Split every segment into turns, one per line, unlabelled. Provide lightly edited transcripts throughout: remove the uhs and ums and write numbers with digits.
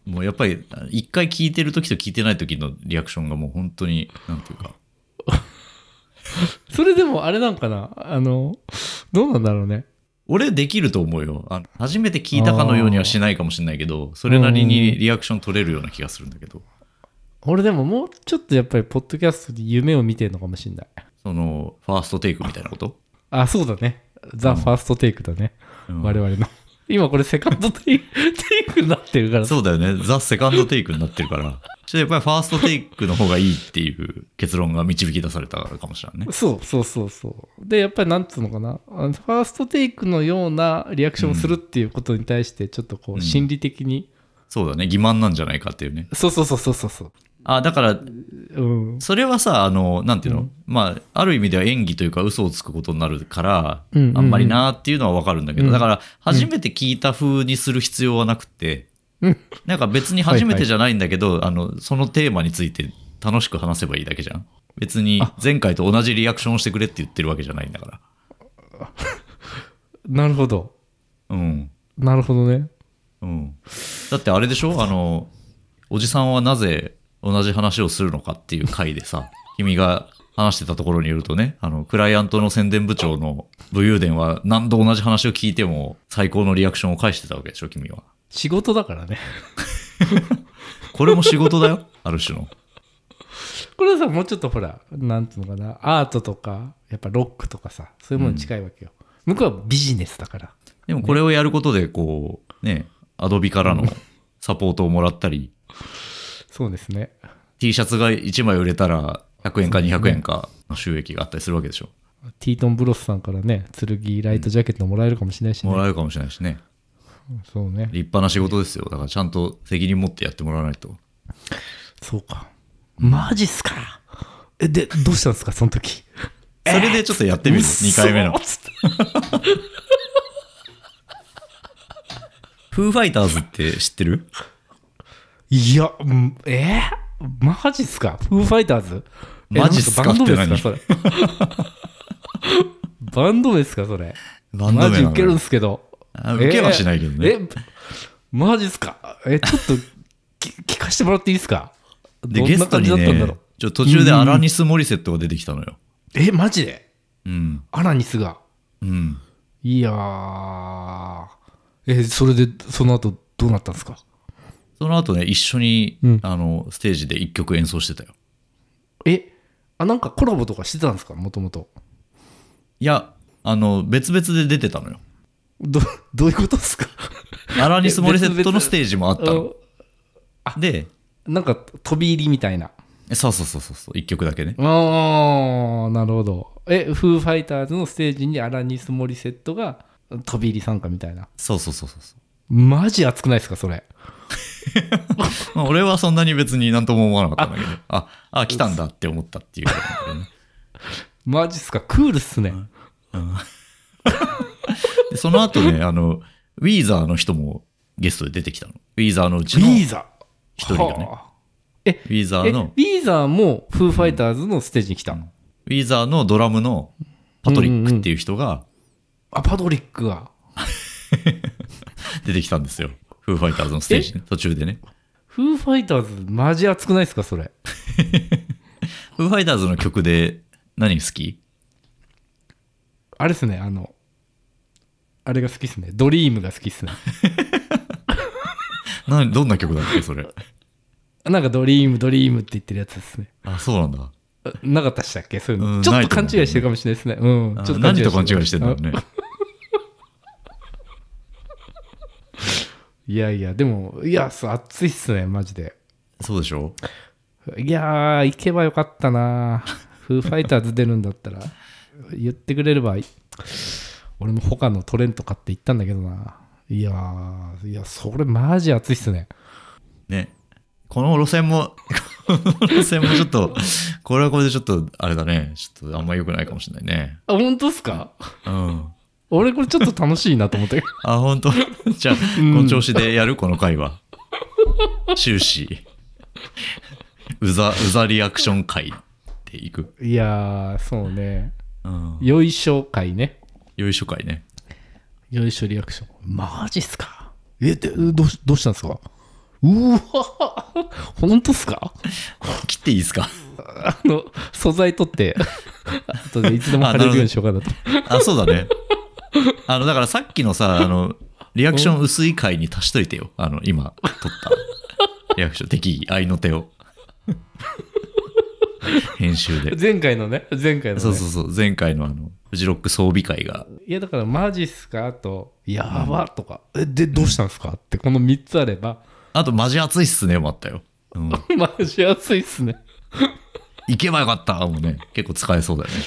もうやっぱり一回聞いてる時と聞いてない時のリアクションがもう本当になんていうか。
それでもあれなんかな、どうなんだろうね。
俺できると思うよ。初めて聞いたかのようにはしないかもしれないけど、それなりにリアクション取れるような気がするんだけど。
俺でももうちょっとやっぱりポッドキャストで夢を見てるのかもしれない。
そのファーストテイクみたいなこと？
あ、そうだね。ザ・ファーストテイクだね。我々の。今これセカンドテイクになってるから。
そうだよね。ザ・セカンドテイクになってるから。やっぱりファーストテイクの方がいいっていう結論が導き出されたかもしれないね。
そう。で、やっぱりなんつうのかな。ファーストテイクのようなリアクションをするっていうことに対して、ちょっとこう、心理的に、
そうだね。欺瞞なんじゃないかっていうね。
そう。
だから、それはさ、なんていうの、まあ、ある意味では演技というか嘘をつくことになるから、あんまりなーっていうのはわかるんだけど、だから、初めて聞いた風にする必要はなくて、なんか別に初めてじゃないんだけど、そのテーマについて楽しく話せばいいだけじゃん。別に前回と同じリアクションをしてくれって言ってるわけじゃないんだから。
なるほど。なるほどね。
だってあれでしょ、おじさんはなぜ同じ話をするのかっていう回でさ、君が話してたところによるとね、クライアントの宣伝部長の武勇伝は何度同じ話を聞いても最高のリアクションを返してたわけでしょ、君は。
仕事だからね。
これも仕事だよ、ある種の。
これはさ、もうちょっとほら、なんていうのかな、アートとか、やっぱロックとかさ、そういうものに近いわけよ。向こうはビジネスだから。
でもこれをやることで、こう、ね、アドビからのサポートをもらったり、
そうですね。
T シャツが1枚売れたら100円か200円かの収益があったりするわけでしょ。
ティートンブロスさんからね、剣ライトジャケットもらえるかもしれないしね。
もらえるかもしれないしね。
そうね。
立派な仕事ですよ。だからちゃんと責任持ってやってもらわないと。
そうか。マジっすか。で、どうしたんですか、その時。
それでちょっとやってみる、2回目の。フーファイターズって知ってる？
いや、マジっすか？フーファイターズ？
マジっすかって何？
バンド名ですか、それ。
バンド名なの？
マジウケるんすけど。
ウケはしないけどね。
マジっすか？ちょっと聞かせてもらっていいですか？
で、ゲストにね、途中でアラニス・モリセットが出てきたのよ。
マジで？アラニスが。いやー。それで、その後どうなったんですか？
その後ね、一緒に、ステージで一曲演奏してたよ。
なんかコラボとかしてたんですか、もともと。
いや、別々で出てたのよ。
どういうことですか？
アラニス・モリセットのステージもあったの。で、
なんか飛び入りみたいな。
そう、一曲だけね。
ああ、なるほど。フーファイターズのステージにアラニス・モリセットが飛び入り参加みたいな。
そう。
マジ熱くないですか、それ。
俺はそんなに別になんとも思わなかったんだけど、来たんだって思ったっていう、ね。
マジっすか、クールっすね。
でその後ね、ウィーザーの人もゲストで出てきたの。ウィーザーのうちの一人がね。
ウィーザーもフーファイターズのステージに来た。
ウィーザーのドラムのパトリックっていう人が、
パトリックが
出てきたんですよ。フーファイターズのステージね、途中でね。
フーファイターズマジ熱くないですか、それ。
フーファイターズの曲で何好き？
あれっすね、あれが好きっすね。ドリームが好きっすね。
どんな曲だっけ、それ。
なんかドリームって言ってるやつですね。
あ、そうなんだ。
なかったでしたっけ、そういうの。ちょっと勘違いしてるかもしれないですね。ちょっと
何と勘違いしてんだろうね。
いや、でも、熱いっすね、マジで。
そうでしょ？
いやー、行けばよかったな。フーファイターズ出るんだったら、言ってくれれば、俺も他のトレント買って行ったんだけどな。いや、それマジ熱いっすね。
ね。この路線もちょっと、これはこれでちょっと、あれだね。ちょっとあんま良くないかもしれないね。
本当っすか？俺これちょっと楽しいなと思って
本当？じゃあ、この調子でやるこの回は。終始。うざリアクション回でいく。
いやー、そうね。よいしょ回ね。
よいしょ回ね。
よいしょリアクション。マジっすか？どうしたんですか？ うわ本当っすか？
切っていいですか？
素材取ってあとでいつでも貼れるようにしようかなと。
あ、そうだね。だからさっきのさ、リアクション薄い回に足しといてよ。今撮ったリアクション、適宜、愛の手を。編集で。
前回のね。
そうそうそう。前回のフジロック装備会が。
いやだからマジっすかと、やばとか、で、どうしたんすかって、この3つあれば。
あと、マジ熱いっすねもあったよ。うん、
マジ熱いっすね。
行けばよかったもうね、結構使えそうだよね。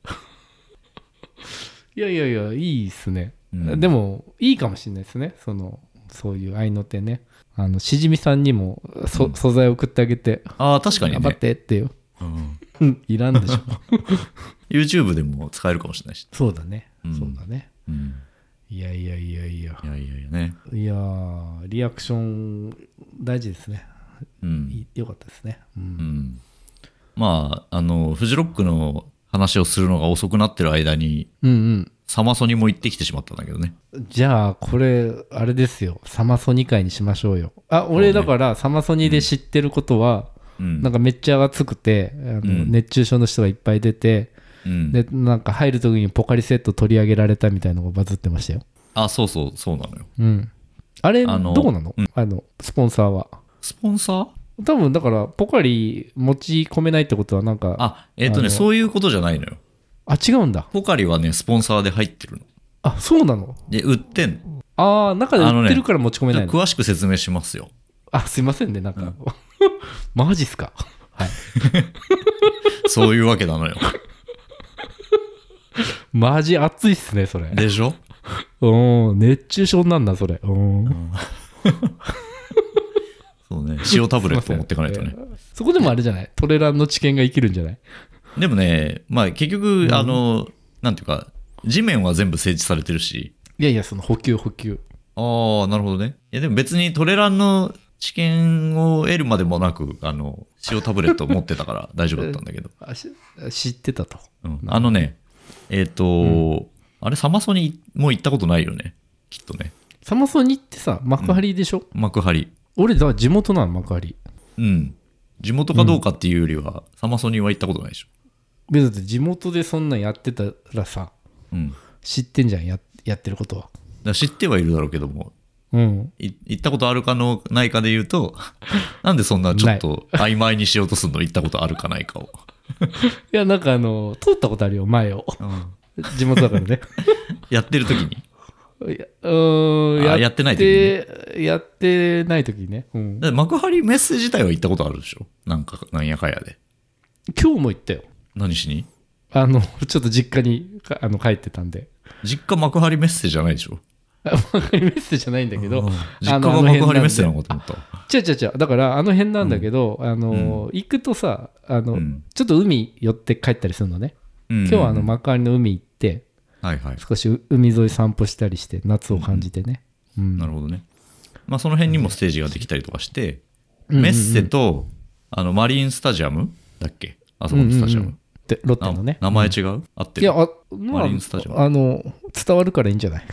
いや、いいっすね。
うん、
でも、いいかもしれないですね。そういう愛の手ね。しじみさんにも素材送ってあげて。
ああ、確かにね。
頑張ってってよ。
うん。
いらんでしょ。
YouTube でも使えるかもしれないし。
そうだね。
うん、
そうだね。
うん、
いやね。
いや
リアクション大事ですね。
うん。
よかったですね。うん。
うん、まあ、フジロックの話をするのが遅くなってる間に、サマソニも行ってきてしまったんだけどね。
じゃあ、これ、あれですよ。サマソニ会にしましょうよ。俺だからサマソニで知ってることは、なんかめっちゃ熱くて、熱中症の人がいっぱい出て、で、なんか入るときにポカリセット取り上げられたみたいなのがバズってましたよ。
あ、そうなのよ。
あれ、どうなの？スポンサーは。
スポンサー？
多分だからポカリ持ち込めないってことはなんか
そういうことじゃないのよ。
違うんだ。
ポカリはねスポンサーで入ってるの。
そうなの？
で売ってんの。
中で売ってるから持ち込めないの。
詳しく説明しますよ。
すいませんねなんか、マジっすか？はい。
そういうわけなのよ。
マジ熱いっすねそれ。
でしょ？
熱中症なんだそれ。
そうね、塩タブレット持ってかないとね。
そこでもあれじゃない？トレランの知見が生きるんじゃない？
でもね、まあ結局、なんていうか、地面は全部整地されてるし。
いや、その補給。
ああ、なるほどね。いや、でも別にトレランの知見を得るまでもなく、塩タブレットを持ってたから大丈夫だったんだけど。
知ってたと。
あれ、サマソニも行ったことないよね。きっとね。
サマソニってさ、幕張でしょ？
幕張。
俺、だから地元なの、幕張。
うん。地元かどうかっていうよりは、サマソニは行ったことないでしょ。
だって地元でそんなんやってたらさ、知ってんじゃん、やってることは。
だ知ってはいるだろうけども、行ったことあるかないかで言うと、なんでそんなちょっと曖昧にしようとするの？行ったことあるかないかを。
いや、なんか通ったことあるよ、前を。地元だからね。
やってる時に。
やってない時に。やってない時にね。
幕張メッセ自体は行ったことあるでしょ？なんやかやで。
今日も行ったよ。
何しに？
ちょっと実家に帰ってたんで。
実家幕張メッセじゃないでしょ？
幕張メッセじゃないんだけど、
実家が幕張メッセなのかと思った。
違う。だから辺なんだけど、行くとさ、ちょっと海寄って帰ったりするのね。今日は幕張の海行って、少し海沿い散歩したりして夏を感じてね。
なるほどね。まあその辺にもステージができたりとかして、メッセとマリンスタジアムだっけ？あそこのスタジアム。
でロッテのね。
名前違う？合ってる？
いや、
マリンスタジアム。
伝わるからいいんじゃない？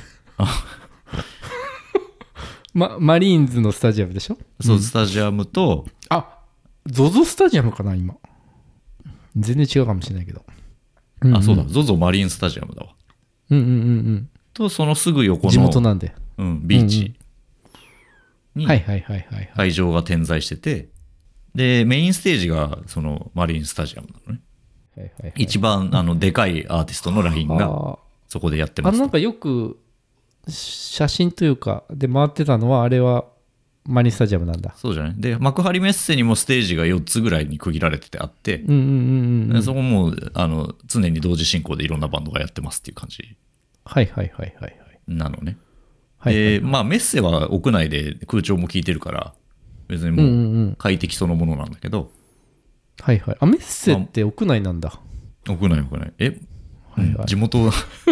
マリーンズのスタジアムでしょ？
そう、スタジアムと、
ZOZO スタジアムかな今。全然違うかもしれないけど。
そうだ、ZOZO マリンスタジアムだわ。と、そのすぐ横の
地元なんで。
ビーチに
会
場が点在してて、で、メインステージがそのマリンスタジアムなのね。一番でかいアーティストのラインがそこでやってます。
なんかよく写真というかで回ってたのはあれはマリンスタジアムなんだ。
そうじゃない。で幕張メッセにもステージが4つぐらいに区切られててあって、そこも常に同時進行でいろんなバンドがやってますっていう感じなのね。でまあメッセは屋内で空調も効いてるから別にもう快適そのものなんだけど、
メッセって屋内なんだ。
屋内地元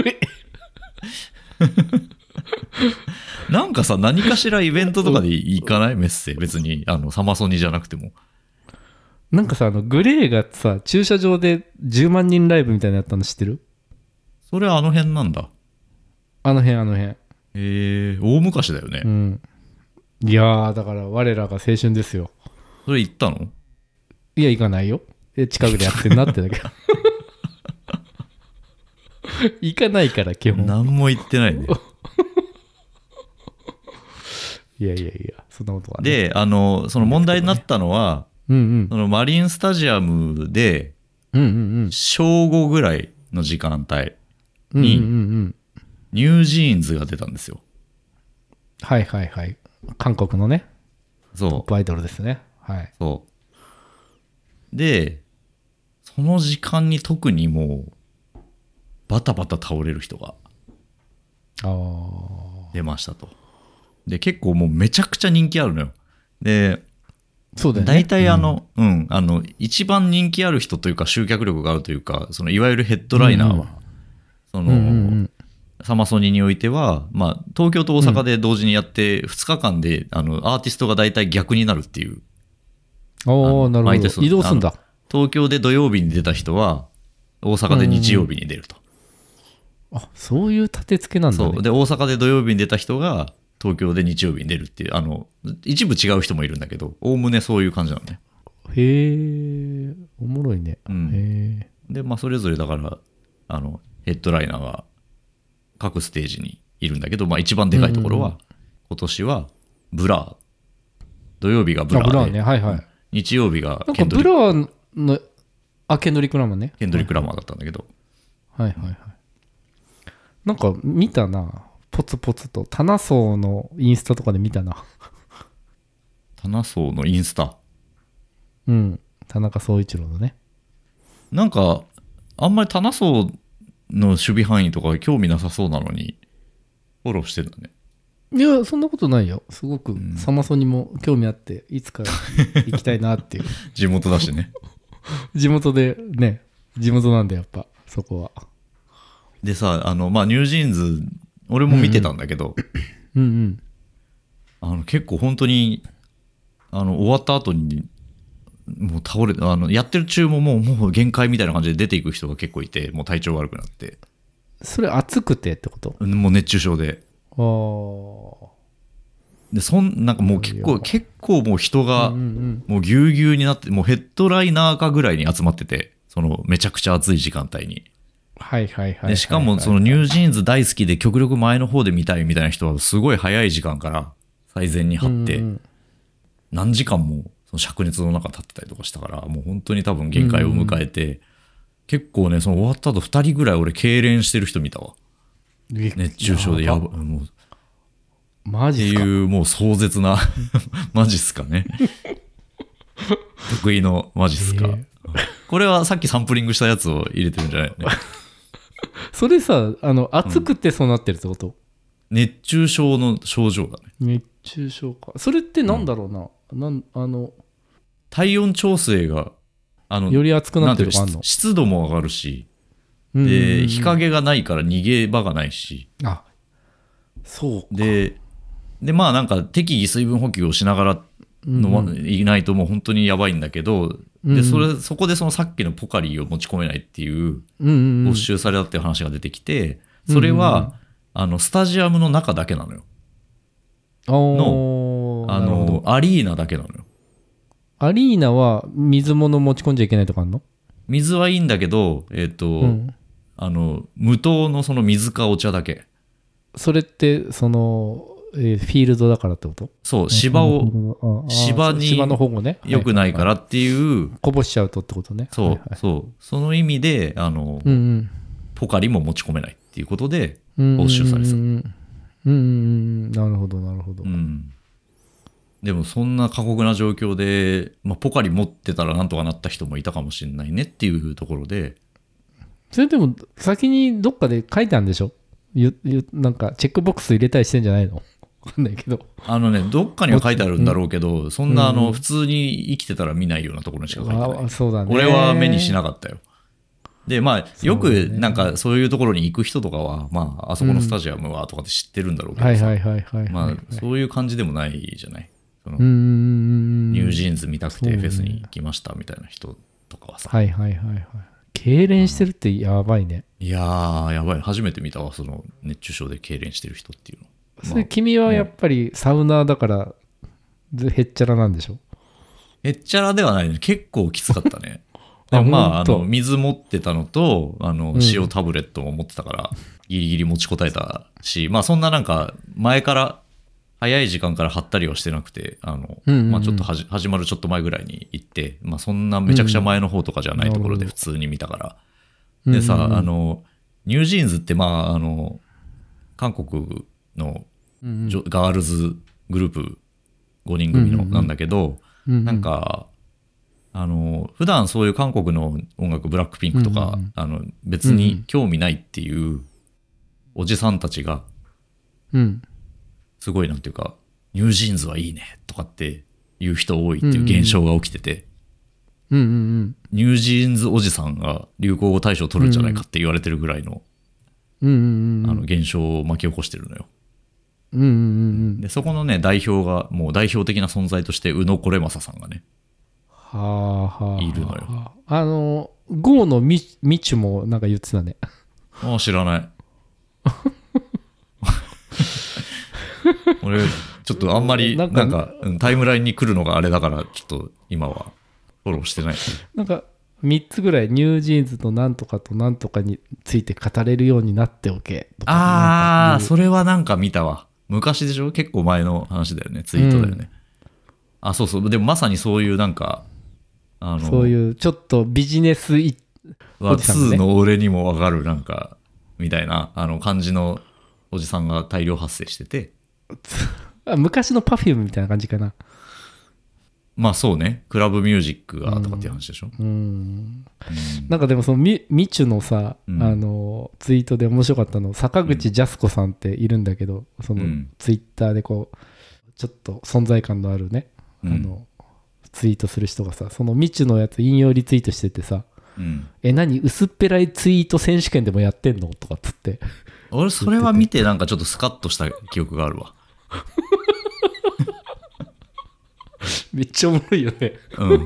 なんかさ、何かしらイベントとかで行かない？メッセ別にサマソニじゃなくても。
なんかさグレーがさ駐車場で10万人ライブみたいなのやったの知ってる？
それは辺なんだ。
辺。
大昔だよね。
いやー、だから我らが青春ですよ。
それ行ったの？
いや、行かないよ。近くでやってんなってだけど。行かないから、基本。
何も言ってないね。
いやいやいや、そんなことはね。
で、その問題になったのは、
うんうん。
そのマリンスタジアムで、
うんうんうん。
正午ぐらいの時間帯
うんうん
に、
うんうん。
ニュージーンズが出たんですよ。
はいはいはい。韓国のね、トッ
そ
プアイドルですね。はい。
う。そう。で、その時間に特にもう、バタバタ倒れる人が
ああ。
出ましたと。で、結構もうめちゃくちゃ人気あるのよ。で、
そうだよね。
大体一番人気ある人というか集客力があるというか、そのいわゆるヘッドライナーは、その、
うんうんうん、
サマソニにおいては、まあ、東京と大阪で同時にやって2日間で、アーティストが大体逆になるっていう。
おー、なるほ
毎年
ど。移動すんだ。
東京で土曜日に出た人は、大阪で日曜日に出ると。
あ、そういう立て付けなんだね。
そう。で、大阪で土曜日に出た人が、東京で日曜日に出るっていう、一部違う人もいるんだけど、おおむねそういう感じなのね。
へえ、おもろいね。
うん
へ
で、まあ、それぞれだから、ヘッドライナーが各ステージにいるんだけど、まあ、一番でかいところは、今年は、ブラー。土曜日がブラーで。
ブラーね、はいはい。
日曜日が
なんかブラーの、ケンドリック・ラマーね。
ケンドリック・ラマーだったんだけど。
はいはいはい。なんか見たな。ポツポツと。タナソーのインスタとかで見たな。
タナソーのインスタ。
うん。田中総一郎のね。
なんか、あんまりタナソーの守備範囲とか興味なさそうなのに、フォローしてるんだね。
いや、そんなことないよ。すごくサマソにも興味あって、いつか行きたいなっていう。
地元だしね。
地元でね、地元なんでやっぱ、そこは。
でさ、まあ、ニュージーンズ、俺も見てたんだけど、
うんうん。
結構本当に、終わった後に、もう倒れ、やってる中ももう限界みたいな感じで出ていく人が結構いて、もう体調悪くなって。
それ暑くてってこと？
もう熱中症で。
ああ。
で、なんかもう結構もう人が、
うんうん
もうぎゅうぎゅうになって、もうヘッドライナーかぐらいに集まってて、そのめちゃくちゃ暑い時間帯に。
はいはいはいはいはい。
で、しかもそのニュージーンズ大好きで極力前の方で見たいみたいな人はすごい早い時間から最前に張って、何時間もその灼熱の中立ってたりとかしたから、もう本当に多分限界を迎えて、結構ね、その終わった後2人ぐらい俺痙攣してる人見たわ。熱中症でやばい。もう
マジっすか？
っていうもう壮絶なマジっすかね。得意のマジっすか。これはさっきサンプリングしたやつを入れてるんじゃないのね。
それさ、暑くてそうなってるってこと？
熱中症の症状だね。
熱中症か。それってなんだろうな。
体温調整が
より暑くなってるとかあんの？
湿度も上がるし、で日陰がないから逃げ場がないし、
あ、そうか。
でまあなんか適宜水分補給をしながらいないともう本当にやばいんだけど、でそこでそのさっきのポカリを持ち込めないっていう没収されたっていう話が出てきて、それはスタジアムの中だけなのよ。アリーナだけなのよ。
アリーナは水物持ち込んじゃいけないとかあるの？
水はいいんだけど、無糖のその水かお茶だけ。
それってそのフィールドだからってこと？
そう、芝に
保護ね、
良くないからっていう、
こぼしちゃうとってことね。
そう、はいはい、そう、その意味でポカリも持ち込めないっていうことで没収されてた。
なるほどなるほど。
でもそんな過酷な状況で、ポカリ持ってたらなんとかなった人もいたかもしれないねっていうところで。
それでも先にどっかで書いてあるんでしょ？なんかチェックボックス入れたりしてんじゃないの？わかんないけど。
どっかには書いてあるんだろうけど、そんな普通に生きてたら見ないようなところにしか書いてない。
そうだね。
俺は目にしなかったよ。で、よくなんかそういうところに行く人とかは、あそこのスタジアムはとかって知ってるんだろうけどさ、そういう感じでもないじゃない。ニュージーンズ見たくてフェスに行きましたみたいな人とかはさ。
痙攣してるってやばいね。
いやー、やばい。初めて見たわ、その熱中症で痙攣してる人っていうの。
それ君はやっぱりサウナーだからへっちゃらなんでしょ？
へっちゃらではないね。結構きつかったね。でもまあ、水持ってたのと、塩タブレットも持ってたから、ギリギリ持ちこたえたし、まあそんななんか、前から、早い時間から張ったりはしてなくて、まあちょっと始まるちょっと前ぐらいに行って、まあそんなめちゃくちゃ前の方とかじゃないところで普通に見たから。でさ、ニュージーンズってまあ、韓国のガールズグループ5人組のなんだけど、なんか、普段そういう韓国の音楽、ブラックピンクとか、別に興味ないっていうおじさんたちが、すごいなんていうか、ニュージーンズはいいねとかっていう人多いっていう現象が起きてて、ニュージーンズおじさんが流行語大賞を取るんじゃないかって言われてるぐらいの、現象を巻き起こしてるのよ。でそこのね、代表が、もう代表的な存在として、宇野これまささんがね、いるのよ。
ゴーのみちゅもなんか言ってたね。
ああ、知らない。俺、ちょっとあんまり、なんか、タイムラインに来るのがあれだから、ちょっと今はフォローしてない。
なんか、3つぐらい、ニュージーンズとなんとかとなんとかについて語れるようになっておけとか。
ああ、それはなんか見たわ。昔でしょ？結構前の話だよね。ツイートだよね。あ、そうそう。でもまさにそういうなんか、
そういうちょっとビジネス
は2の俺にもわかるなんか、みたいな感じのおじさんが大量発生してて。
昔のパフュームみたいな感じかな。
まあそうね。クラブミュージックがとかっていう話でしょ。
なんかでもそのみちゅのさ、ツイートで面白かったの、坂口ジャスコさんっているんだけど、そのツイッターでこうちょっと存在感のあるね、ツイートする人がさ、そのみちゅのやつ引用リツイートしててさ、何薄っぺらいツイート選手権でもやってんのとかっつって。
俺それは見てなんかちょっとスカッとした記憶があるわ。
めっちゃおもろいよね。め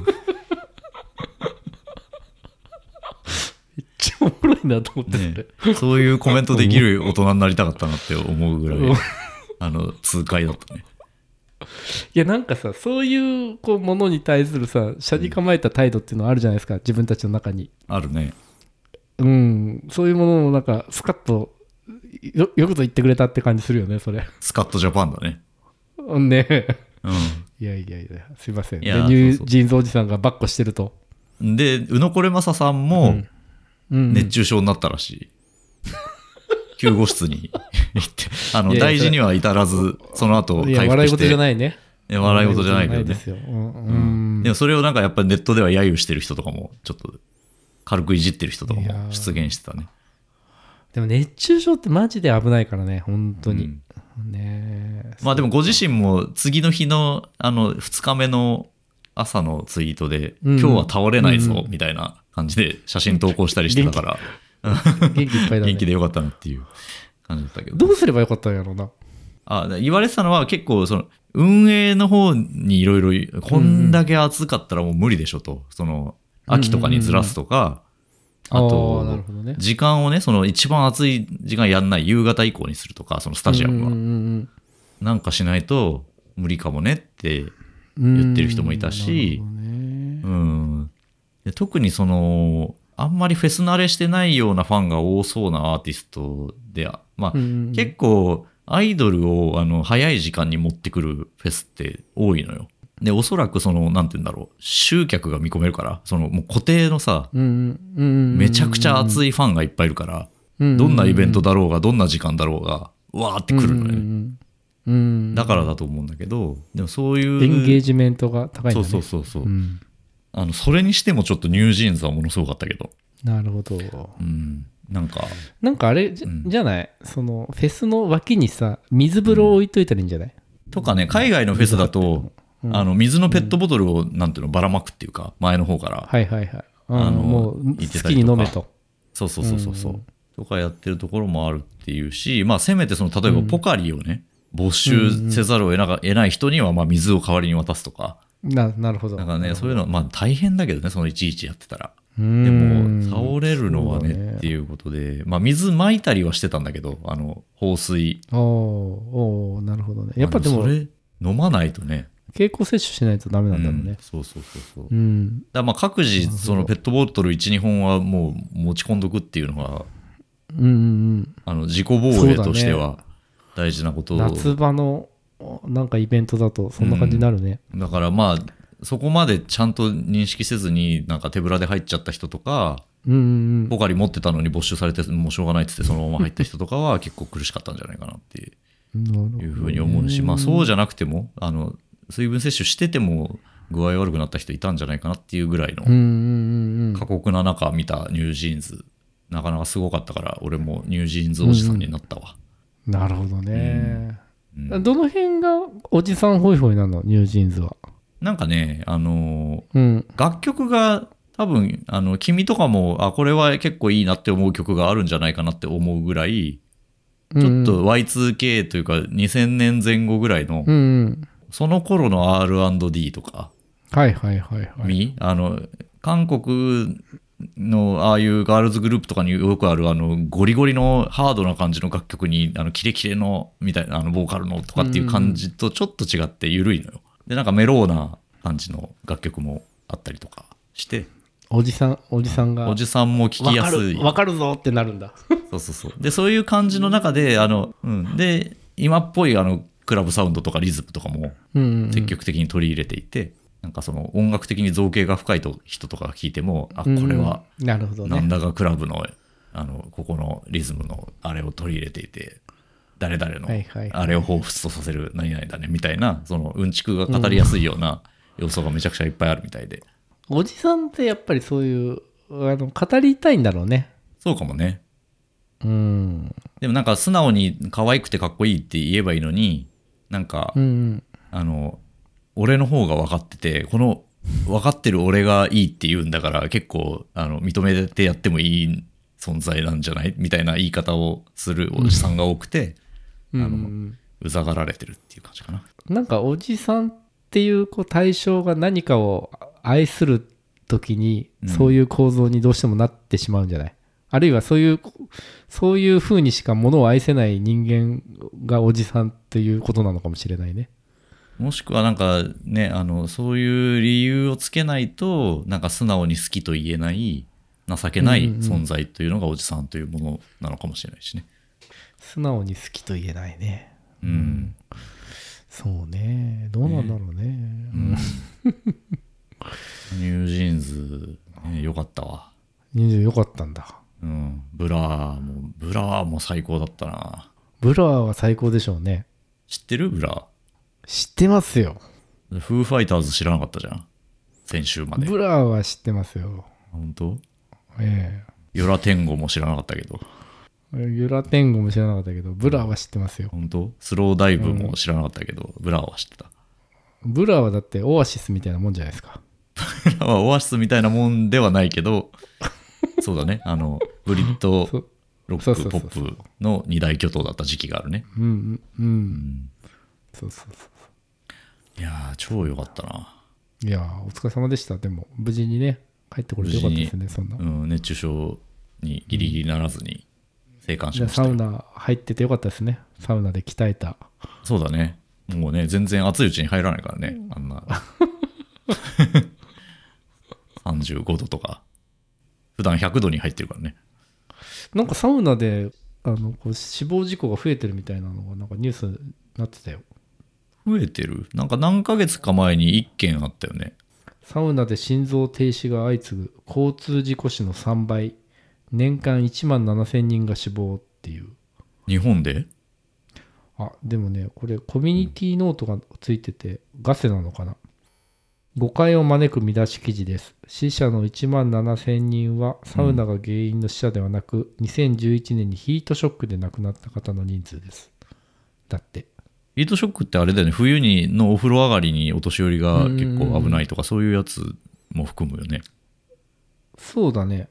っちゃおもろいなと思って、
ね、そういうコメントできる大人になりたかったなって思うぐらい痛快だったね。
いやなんかさ、そういうこうものに対するさ、斜に構えた態度っていうのはあるじゃないですか、自分たちの中に。
あるね。
そういうものをなんかスカッとよくぞ言ってくれたって感じするよね、それ。
スカッとジャパンだね。
ね。いやすいません。でニュージーンズおじさんがバッコしてると。
で宇野これまささんも熱中症になったらしい。救護室に行って大事には至らずその後回復して。
笑い事じゃないね。
笑い事じゃないけどね。でもそれをなんかやっぱりネットでは揶揄してる人とかもちょっと軽くいじってる人とかも出現してたね。
でも熱中症ってマジで危ないからね、本当に。
まあでもご自身も次の日の2日目の朝のツイートで、今日は倒れないぞみたいな感じで写真投稿したりしてたから
元気いっぱいだね。
元気でよかったなっていう感じだったけど。
どうすればよかったんやろうな。
言われてたのは結構その運営の方にいろいろこんだけ暑かったらもう無理でしょと、その秋とかにずらすとか、あと時間をね、その一番暑い時間やんない夕方以降にするとか、そのスタジアムはなんかしないと無理かもねって言ってる人もいたし、で特にそのあんまりフェス慣れしてないようなファンが多そうなアーティストで、まあ結構アイドルを早い時間に持ってくるフェスって多いのよ。でおそらくそのなんて言うんだろう、集客が見込めるから、そのもう固定のさ、めちゃくちゃ熱いファンがいっぱいいるから、どんなイベントだろうがどんな時間だろうがわーって来るのね。だからだと思うんだけど、でもそういう
エンゲージメントが高いんだね。
そう、それにしてもちょっとニュージーンズはものすごかったけど。
なるほど。
なんか
あれじゃない、そのフェスの脇にさ水風呂を置いといたらいいんじゃない、
とかね、海外のフェスだと水のペットボトルをなんていうのばらまくっていうか、前の方から
もう好きに飲めと。
そうとかやってるところもあるっていうし、まあせめてその例えばポカリをね没収せざるを得ない人にはまあ水を代わりに渡すとか。
なるほど。
だからね、そういうのまあ大変だけどね、そのいちいちやってたら。でも倒れるのはねっていうことで、まあ水撒いたりはしてたんだけど、放水。
なるほどね。やっぱでも
それ飲まないとね。
経口摂取しないとダメなんだろうね。
そうそうそうそう。
うん。
だからまあ各自そのペットボトル1、2本はもう持ち込んどくっていうのが、自己防衛としては大事なこと、
夏場のなんかイベントだとそんな感じになるね。
だからまあそこまでちゃんと認識せずになんか手ぶらで入っちゃった人とか、ポカリ持ってたのに没収されてもうしょうがないっつってそのまま入った人とかは結構苦しかったんじゃないかなっていうふうに思うし、まあそうじゃなくても水分摂取してても具合悪くなった人いたんじゃないかなっていうぐらいの過酷な中見たニュージーンズ、なかなかすごかったから俺もニュージーンズおじさんになったわ。
なるほどね。どの辺がおじさんホイホイなのニュージーンズは。
なんかね楽曲が多分君とかもこれは結構いいなって思う曲があるんじゃないかなって思うぐらいちょっと Y2K というか2000年前後ぐらいの、その頃の R&D とか、韓国のああいうガールズグループとかによくあるゴリゴリのハードな感じの楽曲にキレキレのみたいなボーカルのとかっていう感じとちょっと違って緩いのよ。でなんかメローな感じの楽曲もあったりとかして
おじさんが
おじさんも聴きやすい
わかるぞってなるんだ。
そうでそういう感じの中でで今っぽいクラブサウンドとかリズムとかも積極的に取り入れていて、なんかその音楽的に造形が深い人とかが聴いてもこれはなんだかクラブのここのリズムのあれを取り入れていて誰々のあれを彷彿とさせる何々だねみたいなそのうんちくが語りやすいような要素がめちゃくちゃいっぱいあるみたいで、
おじさんってやっぱりそういう語りたいんだろうね。
そうかもね。でもなんか素直に可愛くてかっこいいって言えばいいのになんか、俺の方が分かっててこの分かってる俺がいいって言うんだから結構認めてやってもいい存在なんじゃないみたいな言い方をするおじさんが多くて、うざがられてるっていう感じかな。
なんかおじさんっていう対象が何かを愛する時にそういう構造にどうしてもなってしまうんじゃない、あるいはそういう風にしか物を愛せない人間がおじさんっていうことなのかもしれないね。
もしくはなんかねそういう理由をつけないとなんか素直に好きと言えない情けない存在というのがおじさんというものなのかもしれないしね。
素直に好きと言えないね。そうね、どうなんだろうね。
ニュージーンズ、よかったわ。
ニュージーンズよかったんだ。
ブラーも最高だったな。
ブラーは最高でしょうね。
知ってる？ブラー
知ってますよ。
フーファイターズ知らなかったじゃん先週まで。
ブラーは知ってますよ。
本当？ヨラテンゴも知らなかったけど。
ヨラテンゴも知らなかったけどブラーは知ってますよ。
本当？スローダイブも知らなかったけど、ブラーは知ってた。
ブラーはだってオアシスみたいなもんじゃないですか。
ブラーはオアシスみたいなもんではないけどそうだねブリッドロックポップの二大巨頭だった時期があるね。
そうそうそう。
いやー超良かったな。
いやーお疲れ様でした。でも無事にね帰ってこれてよかったですね。そんな、
熱中症にギリギリならずに生還しましたよ。
サウナ入っててよかったですね。サウナで鍛えた。
そうだね。もうね全然暑いうちに入らないからね、あんな35度とか普段100度に入ってるからね。
なんかサウナで死亡事故が増えてるみたいなのがなんかニュースになってたよ。
増えてる？なんか何ヶ月か前に1件あったよね。
サウナで心臓停止が相次ぐ交通事故死の3倍年間1万7000人が死亡っていう。
日本で？
でもねこれコミュニティノートがついててガセなのかな。誤解を招く見出し記事です。死者の1万7000人はサウナが原因の死者ではなく、2011年にヒートショックで亡くなった方の人数です。だって。
ヒートショックってあれだよね、冬のお風呂上がりにお年寄りが結構危ないとかそういうやつも含むよね。
そうだね。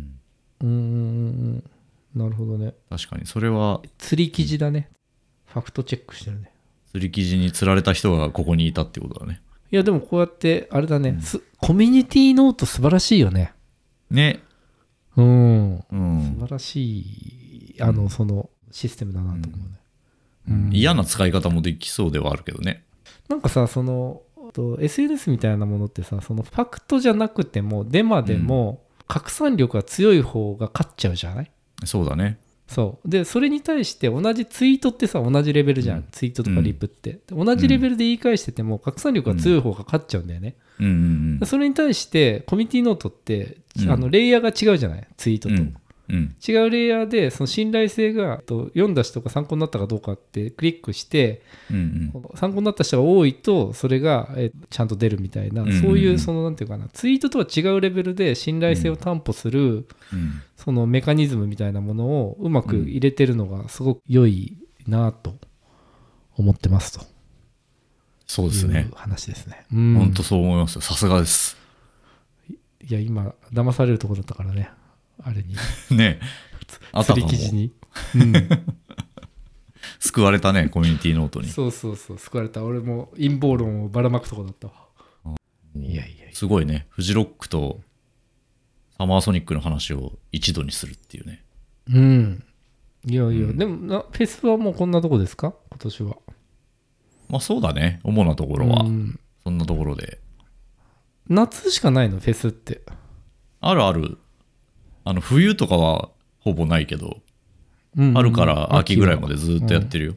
なるほどね。
確かにそれは
釣り記事だね。ファクトチェックしてるね。
釣り記事に釣られた人がここにいたってことだね。
いやでもこうやってあれだね、コミュニティノート素晴らしいよね。
ね。
素晴らしいそのシステムだなと思うね。
嫌な使い方もできそうではあるけどね。
なんかさ、SNS みたいなものってさ、そのファクトじゃなくてもデマでも拡散力が強い方が勝っちゃうじゃない？
そうだね。
そうで、それに対して同じツイートってさ、同じレベルじゃん、ツイートとかリプって、同じレベルで言い返してても拡散力が強い方が勝っちゃうんだよね、それに対してコミュニティノートって、レイヤーが違うじゃない、ツイートと、違うレイヤーでその信頼性が読んだ人が参考になったかどうかってクリックして、参考になった人が多いとそれがちゃんと出るみたいな、そういうなんていうかな、ツイートとは違うレベルで信頼性を担保する、そのメカニズムみたいなものをうまく入れてるのがすごく良いなと思ってますと。
そうですね。
いう話ですね。
本当そう思いますよ。さすがです。
いや今騙されるところだったからね、あれに
ね、
釣り記事に、
救われたね、コミュニティノートに。
そう救われた。俺も陰謀論をばらまくとこだったわ。いや
すごいね。フジロックとサマーソニックの話を一度にするっていうね。
いや、でもフェスはもうこんなとこですか、今年は。
まあそうだね、主なところはそんなところで。
夏しかないのフェスって？
あるある。冬とかはほぼないけど、春から秋ぐらいまでずっとやってるよ。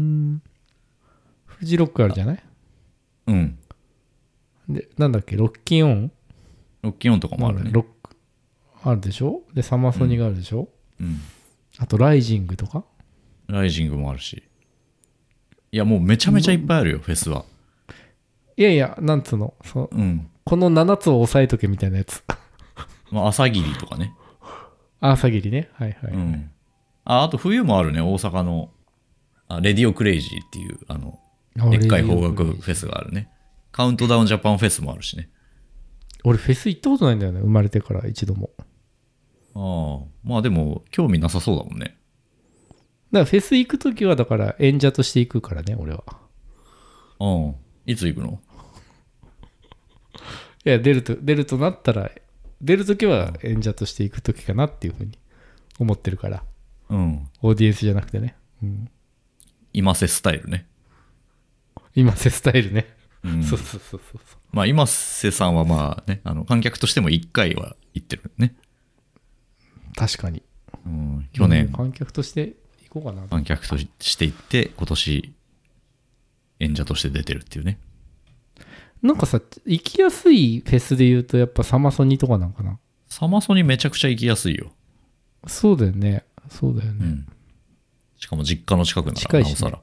フジロックあるじゃない？で、なんだっけ、ロッキンオン
とかもあるね。
あるでしょ。で、サマソニがあるでしょ。あと、ライジングとか。
ライジングもあるし。いや、もうめちゃめちゃいっぱいあるよ、フェスは。
いや、なんつうの、この7つを押さえとけみたいなやつ。
まあ、朝霧とかね。
朝霧ね。はい。
あと冬もあるね、大阪のレディオクレイジーっていうでっかい邦楽フェスがあるね。カウントダウンジャパンフェスもあるしね。
俺フェス行ったことないんだよね、生まれてから一度も。
まあでも興味なさそうだもんね。
だからフェス行くときはだから演者として行くからね、俺は。
いつ行くの？
いや、出るとなったら、出るときは演者として行くときかなっていうふうに思ってるから。オーディエンスじゃなくてね。
今瀬スタイルね。
今瀬スタイルね。そう。
まあ今瀬さんはまあね、観客としても1回は行ってるね。
確かに。
去年、
観客として行こうかな。
観客として行って、今年演者として出てるっていうね。
なんかさ、行きやすいフェスで言うとやっぱサマソニとかなんかな。
サマソニめちゃくちゃ行きやすいよ。
そうだよね。
しかも実家の近くならなおさら。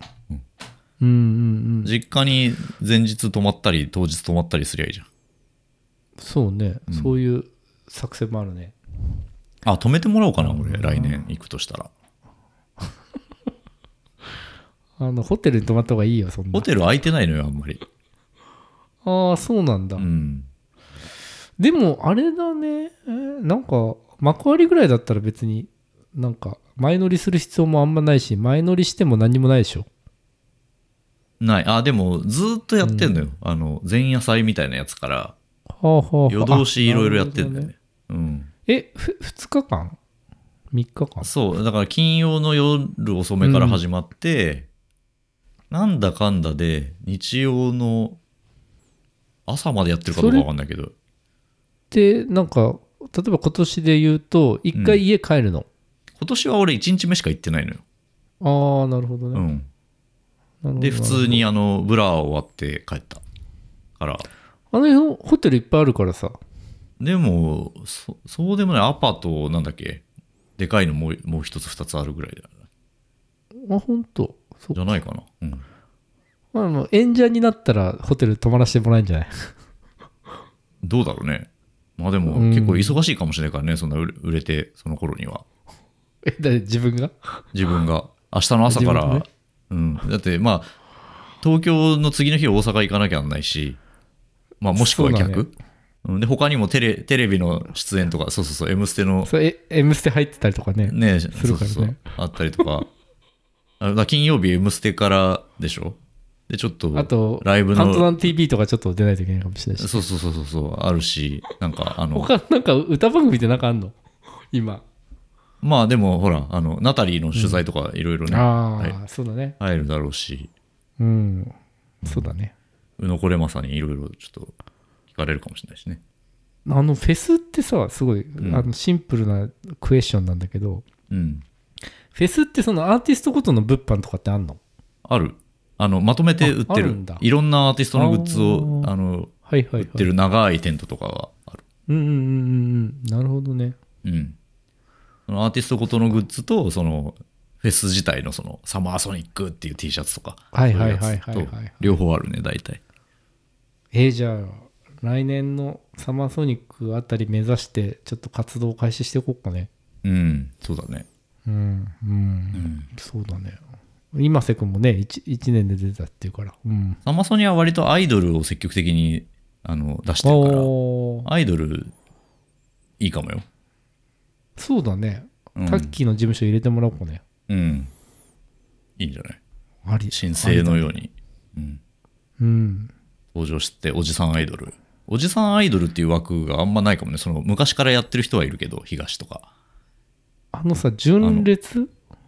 実家に前日泊まったり当日泊まったりすりゃいいじゃん。
そうね、そういう作戦もあるね。
泊めてもらおうかな、俺来年行くとしたら。
ホテルに泊まった方がいいよ、そんな。
ホテル空いてないのよ、あんまり。
そうなんだ。でもあれだね、なんか幕張ぐらいだったら別になんか前乗りする必要もあんまないし、前乗りしても何もないでしょ。
ない。でもずっとやってんのよ。前夜祭みたいなやつから夜通しいろいろやってんだよね。
2日間 ?3 日間？
そうだから、金曜の夜遅めから始まって、なんだかんだで日曜の朝までやってるかどうか分かんないけど。
でなんか例えば今年で言うと1回家帰るの？
今年は俺1日目しか行ってないのよ。
なるほどね。
で普通にブラ終わって帰ったから。
ホテルいっぱいあるからさ。
でもそうでもない。アパとなんだっけ、でかいのもう一つ2つあるぐらいだよ。
本当？
じゃないかな。
演者になったらホテル泊まらせてもらえるんじゃない？
どうだろうね。まあでも結構忙しいかもしれないからね、そんな売れてその頃には。
自分が
明日の朝から、だってまあ東京の次の日大阪行かなきゃなんないし、まあもしくは逆、で他にもテレビの出演とか、そうエムステの
エムステ入ってたりとかね
するからね。あったりとか金曜日エムステからでしょ。でちょっと
あと
ライブの
カウントダウン TV とかちょっと出ないといけないかもしれないし。
そうあるし、なんか
他なんか歌番組ってなんかあんの今？
まあでもほらナタリーの取材とかいろいろね、
そうだね、
入るだろうし、
そうだね。
宇野これまさにいろいろちょっと聞かれるかもしれないしね。
フェスってさ、すごい、シンプルなクエスチョンなんだけど、
うん。
フェスってそのアーティストごとの物販とかってあんの？
ある。まとめて売ってる。いろんなアーティストのグッズを、
はいはいはい、
売ってる長いテントとかがある。
なるほどね。
うん。そのアーティストごとのグッズと、その、フェス自体のその、サマーソニックっていう T シャツとか、
はいはいはいはい、はい、
両方あるね、大体。
じゃあ、来年のサマーソニックあたり目指して、ちょっと活動を開始していこうかね。
うん、そうだね。
そうだね。今瀬君もね 1年で出たっていうから、
サマソニは割とアイドルを積極的に出してるからアイドルいいかもよ。
そうだね、タッキーの事務所入れてもらおうかね。
いいんじゃない？新生のように、登場しておじさんアイドルっていう枠があんまないかもね。その昔からやってる人はいるけど、東とか
さ純烈だっけ？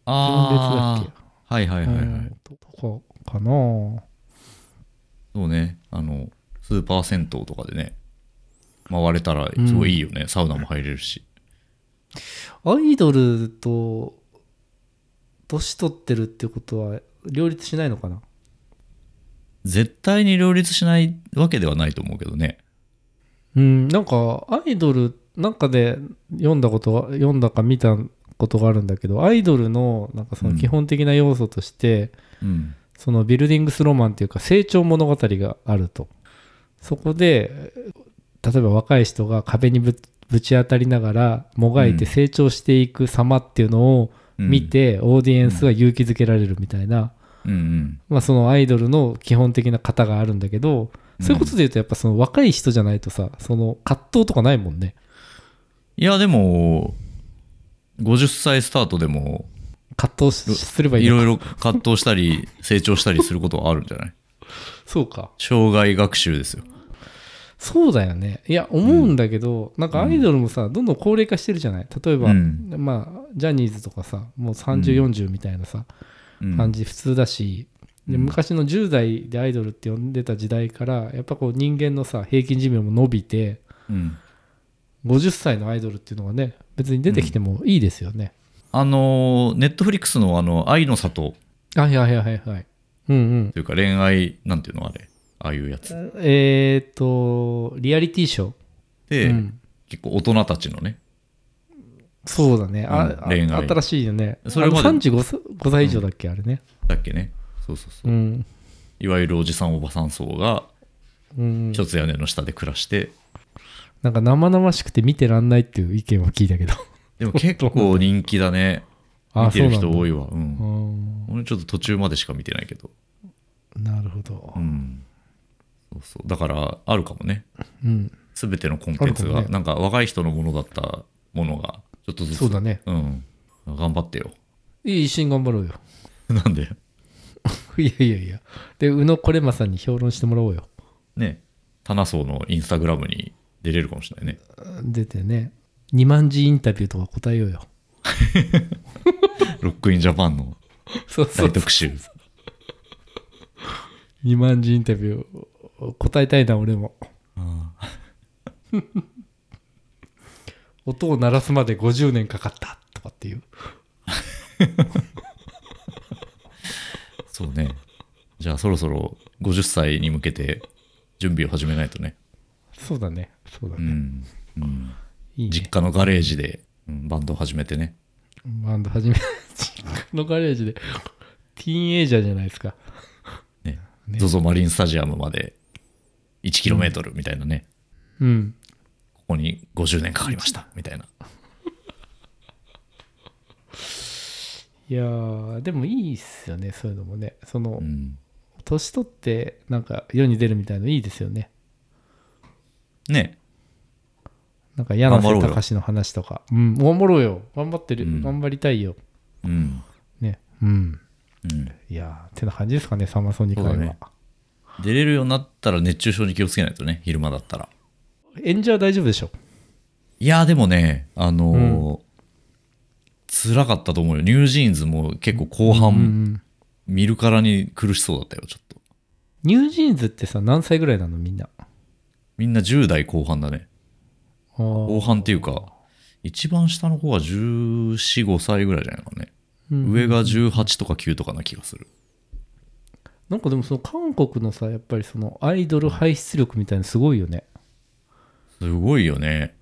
はいはいはいはい。
とかかな。
そうね。スーパー銭湯とかでね、回れたらすごいいいよね。サウナも入れるし。
アイドルと年取ってるってことは両立しないのかな？
絶対に両立しないわけではないと思うけどね。
なんかアイドルなんかで読んだか見たことがあるんだけど、アイドルのなんかその基本的な要素として、そのビルディングスロマンっていうか成長物語があると。そこで例えば若い人が壁にぶち当たりながらもがいて成長していく様っていうのを見て、オーディエンスが勇気づけられるみたいな、そのアイドルの基本的な型があるんだけど、そういうことで言うとやっぱその若い人じゃないとさ、その葛藤とかないもんね。
いやでも50歳スタートでも
葛藤すればいい
いろいろ葛藤したり成長したりすることはあるんじゃない？
そうか、
生涯学習ですよ。
そうだよね。いや思うんだけど、なんかアイドルもさ、どんどん高齢化してるじゃない。例えば、ジャニーズとかさ、もう30、40みたいなさ、感じ普通だし、で昔の10代でアイドルって呼んでた時代からやっぱこう人間のさ平均寿命も伸びて、50歳のアイドルっていうのがね別に出てきてもいいですよね。
ネットフリックスの愛の里、
はいはいはいはい、と
いうか恋愛なんていうのあれ、ああいうやつ、
リアリティショー
で、結構大人たちのね、
そうだね、
恋愛
新しいよね。
それまで
35歳以上だっけ、あれね。
だっけね。そうそうそう、いわゆるおじさんおばさん層が一つ屋根の下で暮らして、
なんか生々しくて見てらんないっていう意見を聞いたけど
でも結構人気だね。見てる人多いわ。俺ちょっと途中までしか見てないけど。
なるほど。
そうそう、だからあるかもね。全てのコンテンツが、なんか若い人のものだったものがちょっとずつ。
そうだね。
頑張ってよ。
一緒に頑張ろうよ。
なんで
いや。で、宇野これまさんに評論してもらおうよ。
ね。棚層のインスタグラムに出れるかもしれないね。
出てね。2万字インタビューとか答えようよ。
ロックインジャパンの大特集。
2万字インタビュー答えたいな、俺も。音を鳴らすまで50年かかったとかっていう。
そうね。じゃあそろそろ50歳に向けて準備を始めないとね。
そうだね。
いいね、実家のガレージで、バンドを始めてね。
実家のガレージでティーンエイジャーじゃないですか。
ね。ZOZO マリンスタジアムまで 1km みたいなね。ここに50年かかりましたみたいな。
いやーでもいいっすよね、そういうのもね。その、年取ってなんか世に出るみたいのいいですよね。
ね。
なんか柳瀬隆の話とか、頑張ろうよ。頑張ってる、頑張りたいよ。ね、いやー、てな感じですかね、サマソニ会は、ね。
出れるようになったら熱中症に気をつけないとね、昼間だったら。
演者は大丈夫でしょ？
いやーでもね、辛かったと思うよ。ニュージーンズも結構後半、見るからに苦しそうだったよ、ちょっと。
ニュージーンズってさ、何歳ぐらいなのみんな。
みんな10代後半だね。
後
後半っていうか、一番下の子は14、5歳ぐらいじゃないかね。上が18とか9とかな気がする。
なんかでもその韓国のさ、やっぱりそのアイドル排出力みたいなのすごいよね。
すごいよね。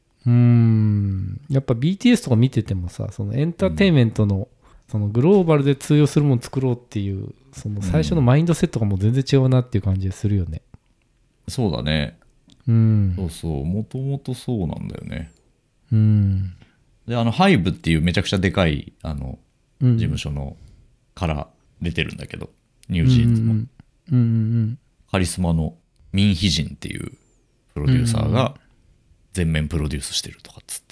やっぱ BTS とか見ててもさ、そのエンターテインメントの、そのグローバルで通用するもの作ろうっていう、その最初のマインドセットがもう全然違うなっていう感じがするよね。
そうだね。そうそう。もともとそうなんだよね。で、ハイブっていうめちゃくちゃでかい、事務所のから出てるんだけど、ニュージーンズの。カリスマのミンヒジンっていうプロデューサーが全面プロデュースしてるとかっつって。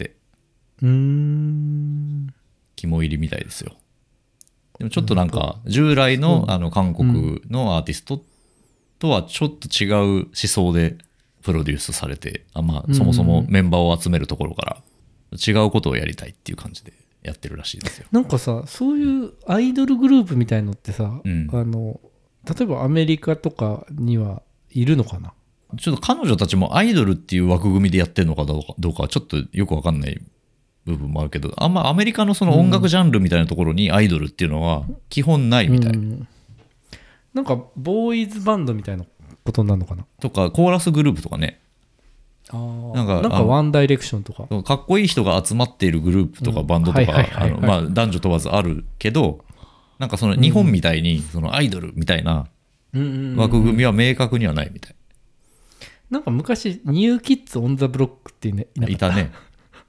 肝入りみたいですよ。でもちょっとなんか、従来の韓国のアーティストとはちょっと違う思想でプロデュースされて、そもそもメンバーを集めるところから違うことをやりたいっていう感じでやってるらしいですよ。
なんかさ、そういうアイドルグループみたいのってさ、例えばアメリカとかにはいるのかな。
ちょっと彼女たちもアイドルっていう枠組みでやってるのかどうかはちょっとよくわかんない部分もあるけど、あんまアメリカのその音楽ジャンルみたいなところにアイドルっていうのは基本ないみたい。
なんかボーイズバンドみたいなことになるのかな。
とかコーラスグループとかね。
なんかワンダイレクションとか。
かっこいい人が集まっているグループとかバンドとか男女問わずあるけど、なんかその日本みたいにそのアイドルみたいな枠組みは明確にはないみたい。
なんか昔ニューキッズオンザブロックってね、
いたね。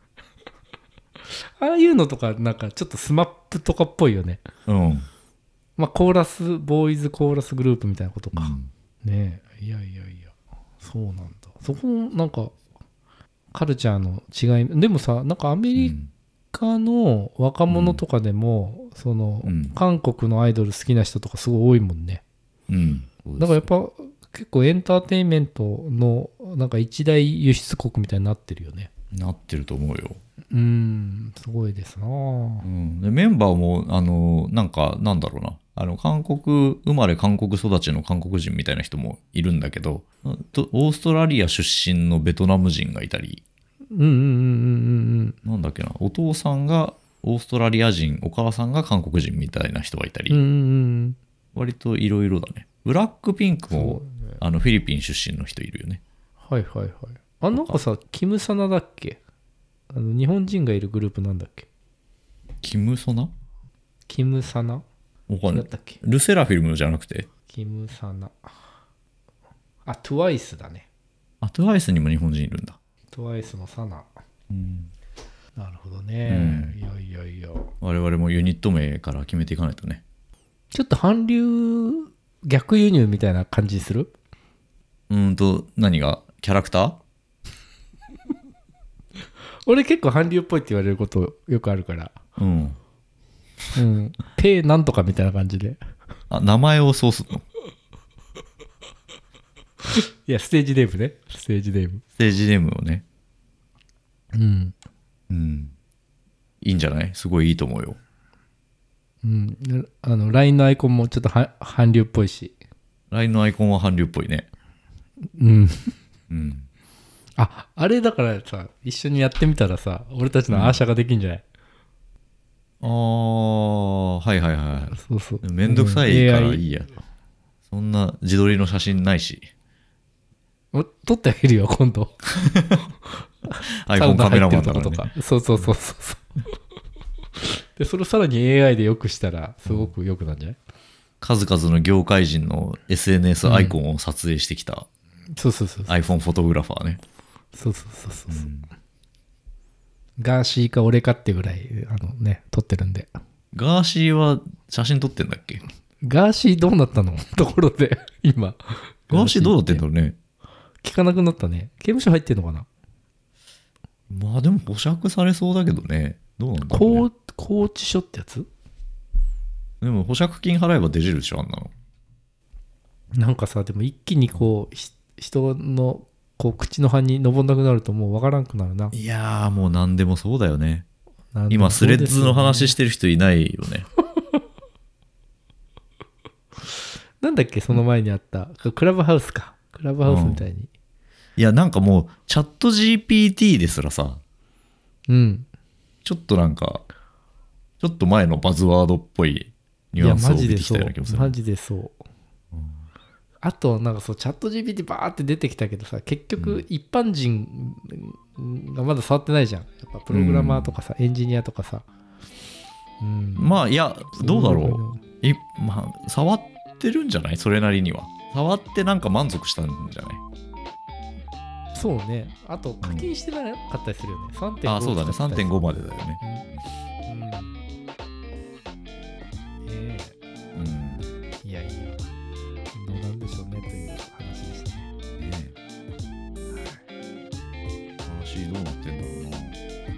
ああいうのとかなんかちょっとスマップとかっぽいよね。まあコーラスボーイズコーラスグループみたいなことか。ねえ、いやそうなんだ。そこなんかカルチャーの違いでもさ、なんかアメリカの若者とかでも、その韓国のアイドル好きな人とかすごい多いもんね。だからやっぱ結構エンターテインメントのなんか一大輸出国みたいになってるよね。
なってると思うよ。
すごいですな。
でメンバーもなんだろうな、韓国生まれ韓国育ちの韓国人みたいな人もいるんだけど、オーストラリア出身のベトナム人がいたり、なんだっけな、お父さんがオーストラリア人、お母さんが韓国人みたいな人がいたり、割といろいろだね。ブラックピンクも、フィリピン出身の人いるよね。
なんかさ、キムサナだっけ？日本人がいるグループなんだっけ？
キムソナ？
キムサナ？
わかんない。ルセラフィルムじゃなくて？
キムサナ。トゥワイスだね。
トゥワイスにも日本人いるんだ。
トゥワイスのサナ。なるほどね。いや。
我々もユニット名から決めていかないとね。
ちょっと韓流逆輸入みたいな感じする？
何が？キャラクター？
俺結構韓流っぽいって言われることよくあるから。ペイなんとかみたいな感じで。
名前をそうするの？
いや、ステージネームね。ステージネーム
をね。いいんじゃない？すごいいいと思うよ。
LINE のアイコンもちょっと韓流っぽいし。
LINE のアイコンは韓流っぽいね。
あれだからさ、一緒にやってみたらさ、俺たちのアーシャができんじゃない？
そう。めんどくさいからいいや。そんな自撮りの写真ないし。
撮ってあげるよ、今度。
iPhone カメラマンだからね。
そう。で、それをさらに AI で良くしたら、すごく良くなるんじゃない？
数々の業界人の SNS アイコンを撮影してきた、iPhone フォトグラファーね。
そう。ガーシーか俺かってぐらい撮ってるんで。
ガーシーは写真撮ってんだっけ？
ガーシーどうなったの？ところで今
ガーシーどうなってんだろうね。
聞かなくなったね。刑務所入ってんのかな？
でも保釈されそうだけどね。どうなんだろうね。
拘置所ってやつ？
でも保釈金払えば出れるでしょ、あんなの。
なんかさ、でも一気に人の口の端に登んなくなるともうわからんくなるな。
いやー、もう何でもそうだよね。今スレッズの話してる人いないよね。
なんだっけその前にあったクラブハウスか。クラブハウスみたいに。
いやなんかもうチャット GPT ですらさ、
うん。
ちょっとなんかちょっと前のバズワードっぽいニュアンスを見てきたような気もする。
マジでそう。あとなんかそうチャット GPT バーって出てきたけどさ、結局一般人がまだ触ってないじゃん。やっぱプログラマーとかさ、エンジニアとかさ。
まあいやどうだろう。まあ触ってるんじゃない？それなりには。触ってなんか満足したんじゃない？
そうね。あと課金してなかったりするよね。3.5。
あ、そうだね。3.5 までだよね。
いやいや、どうなんでしょうねという話でしたね。
話どうなってんだろうな。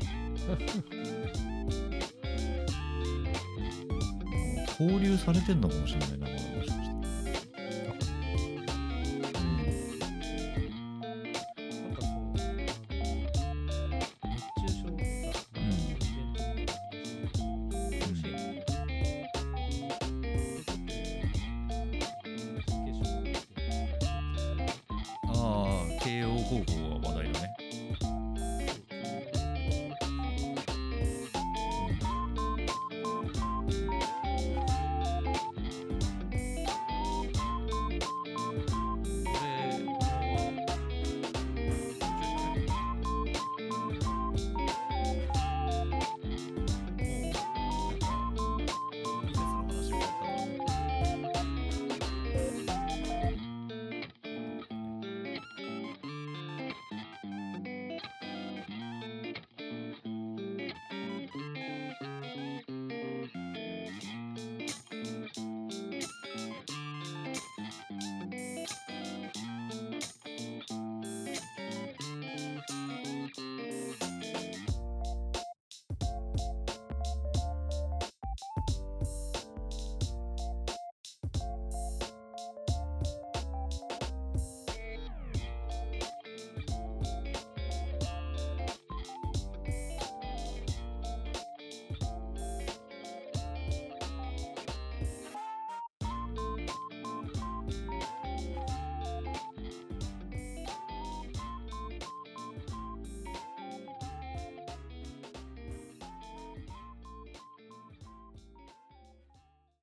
交流されてんのかもしれないな、まだもしかして。慶応高校が話題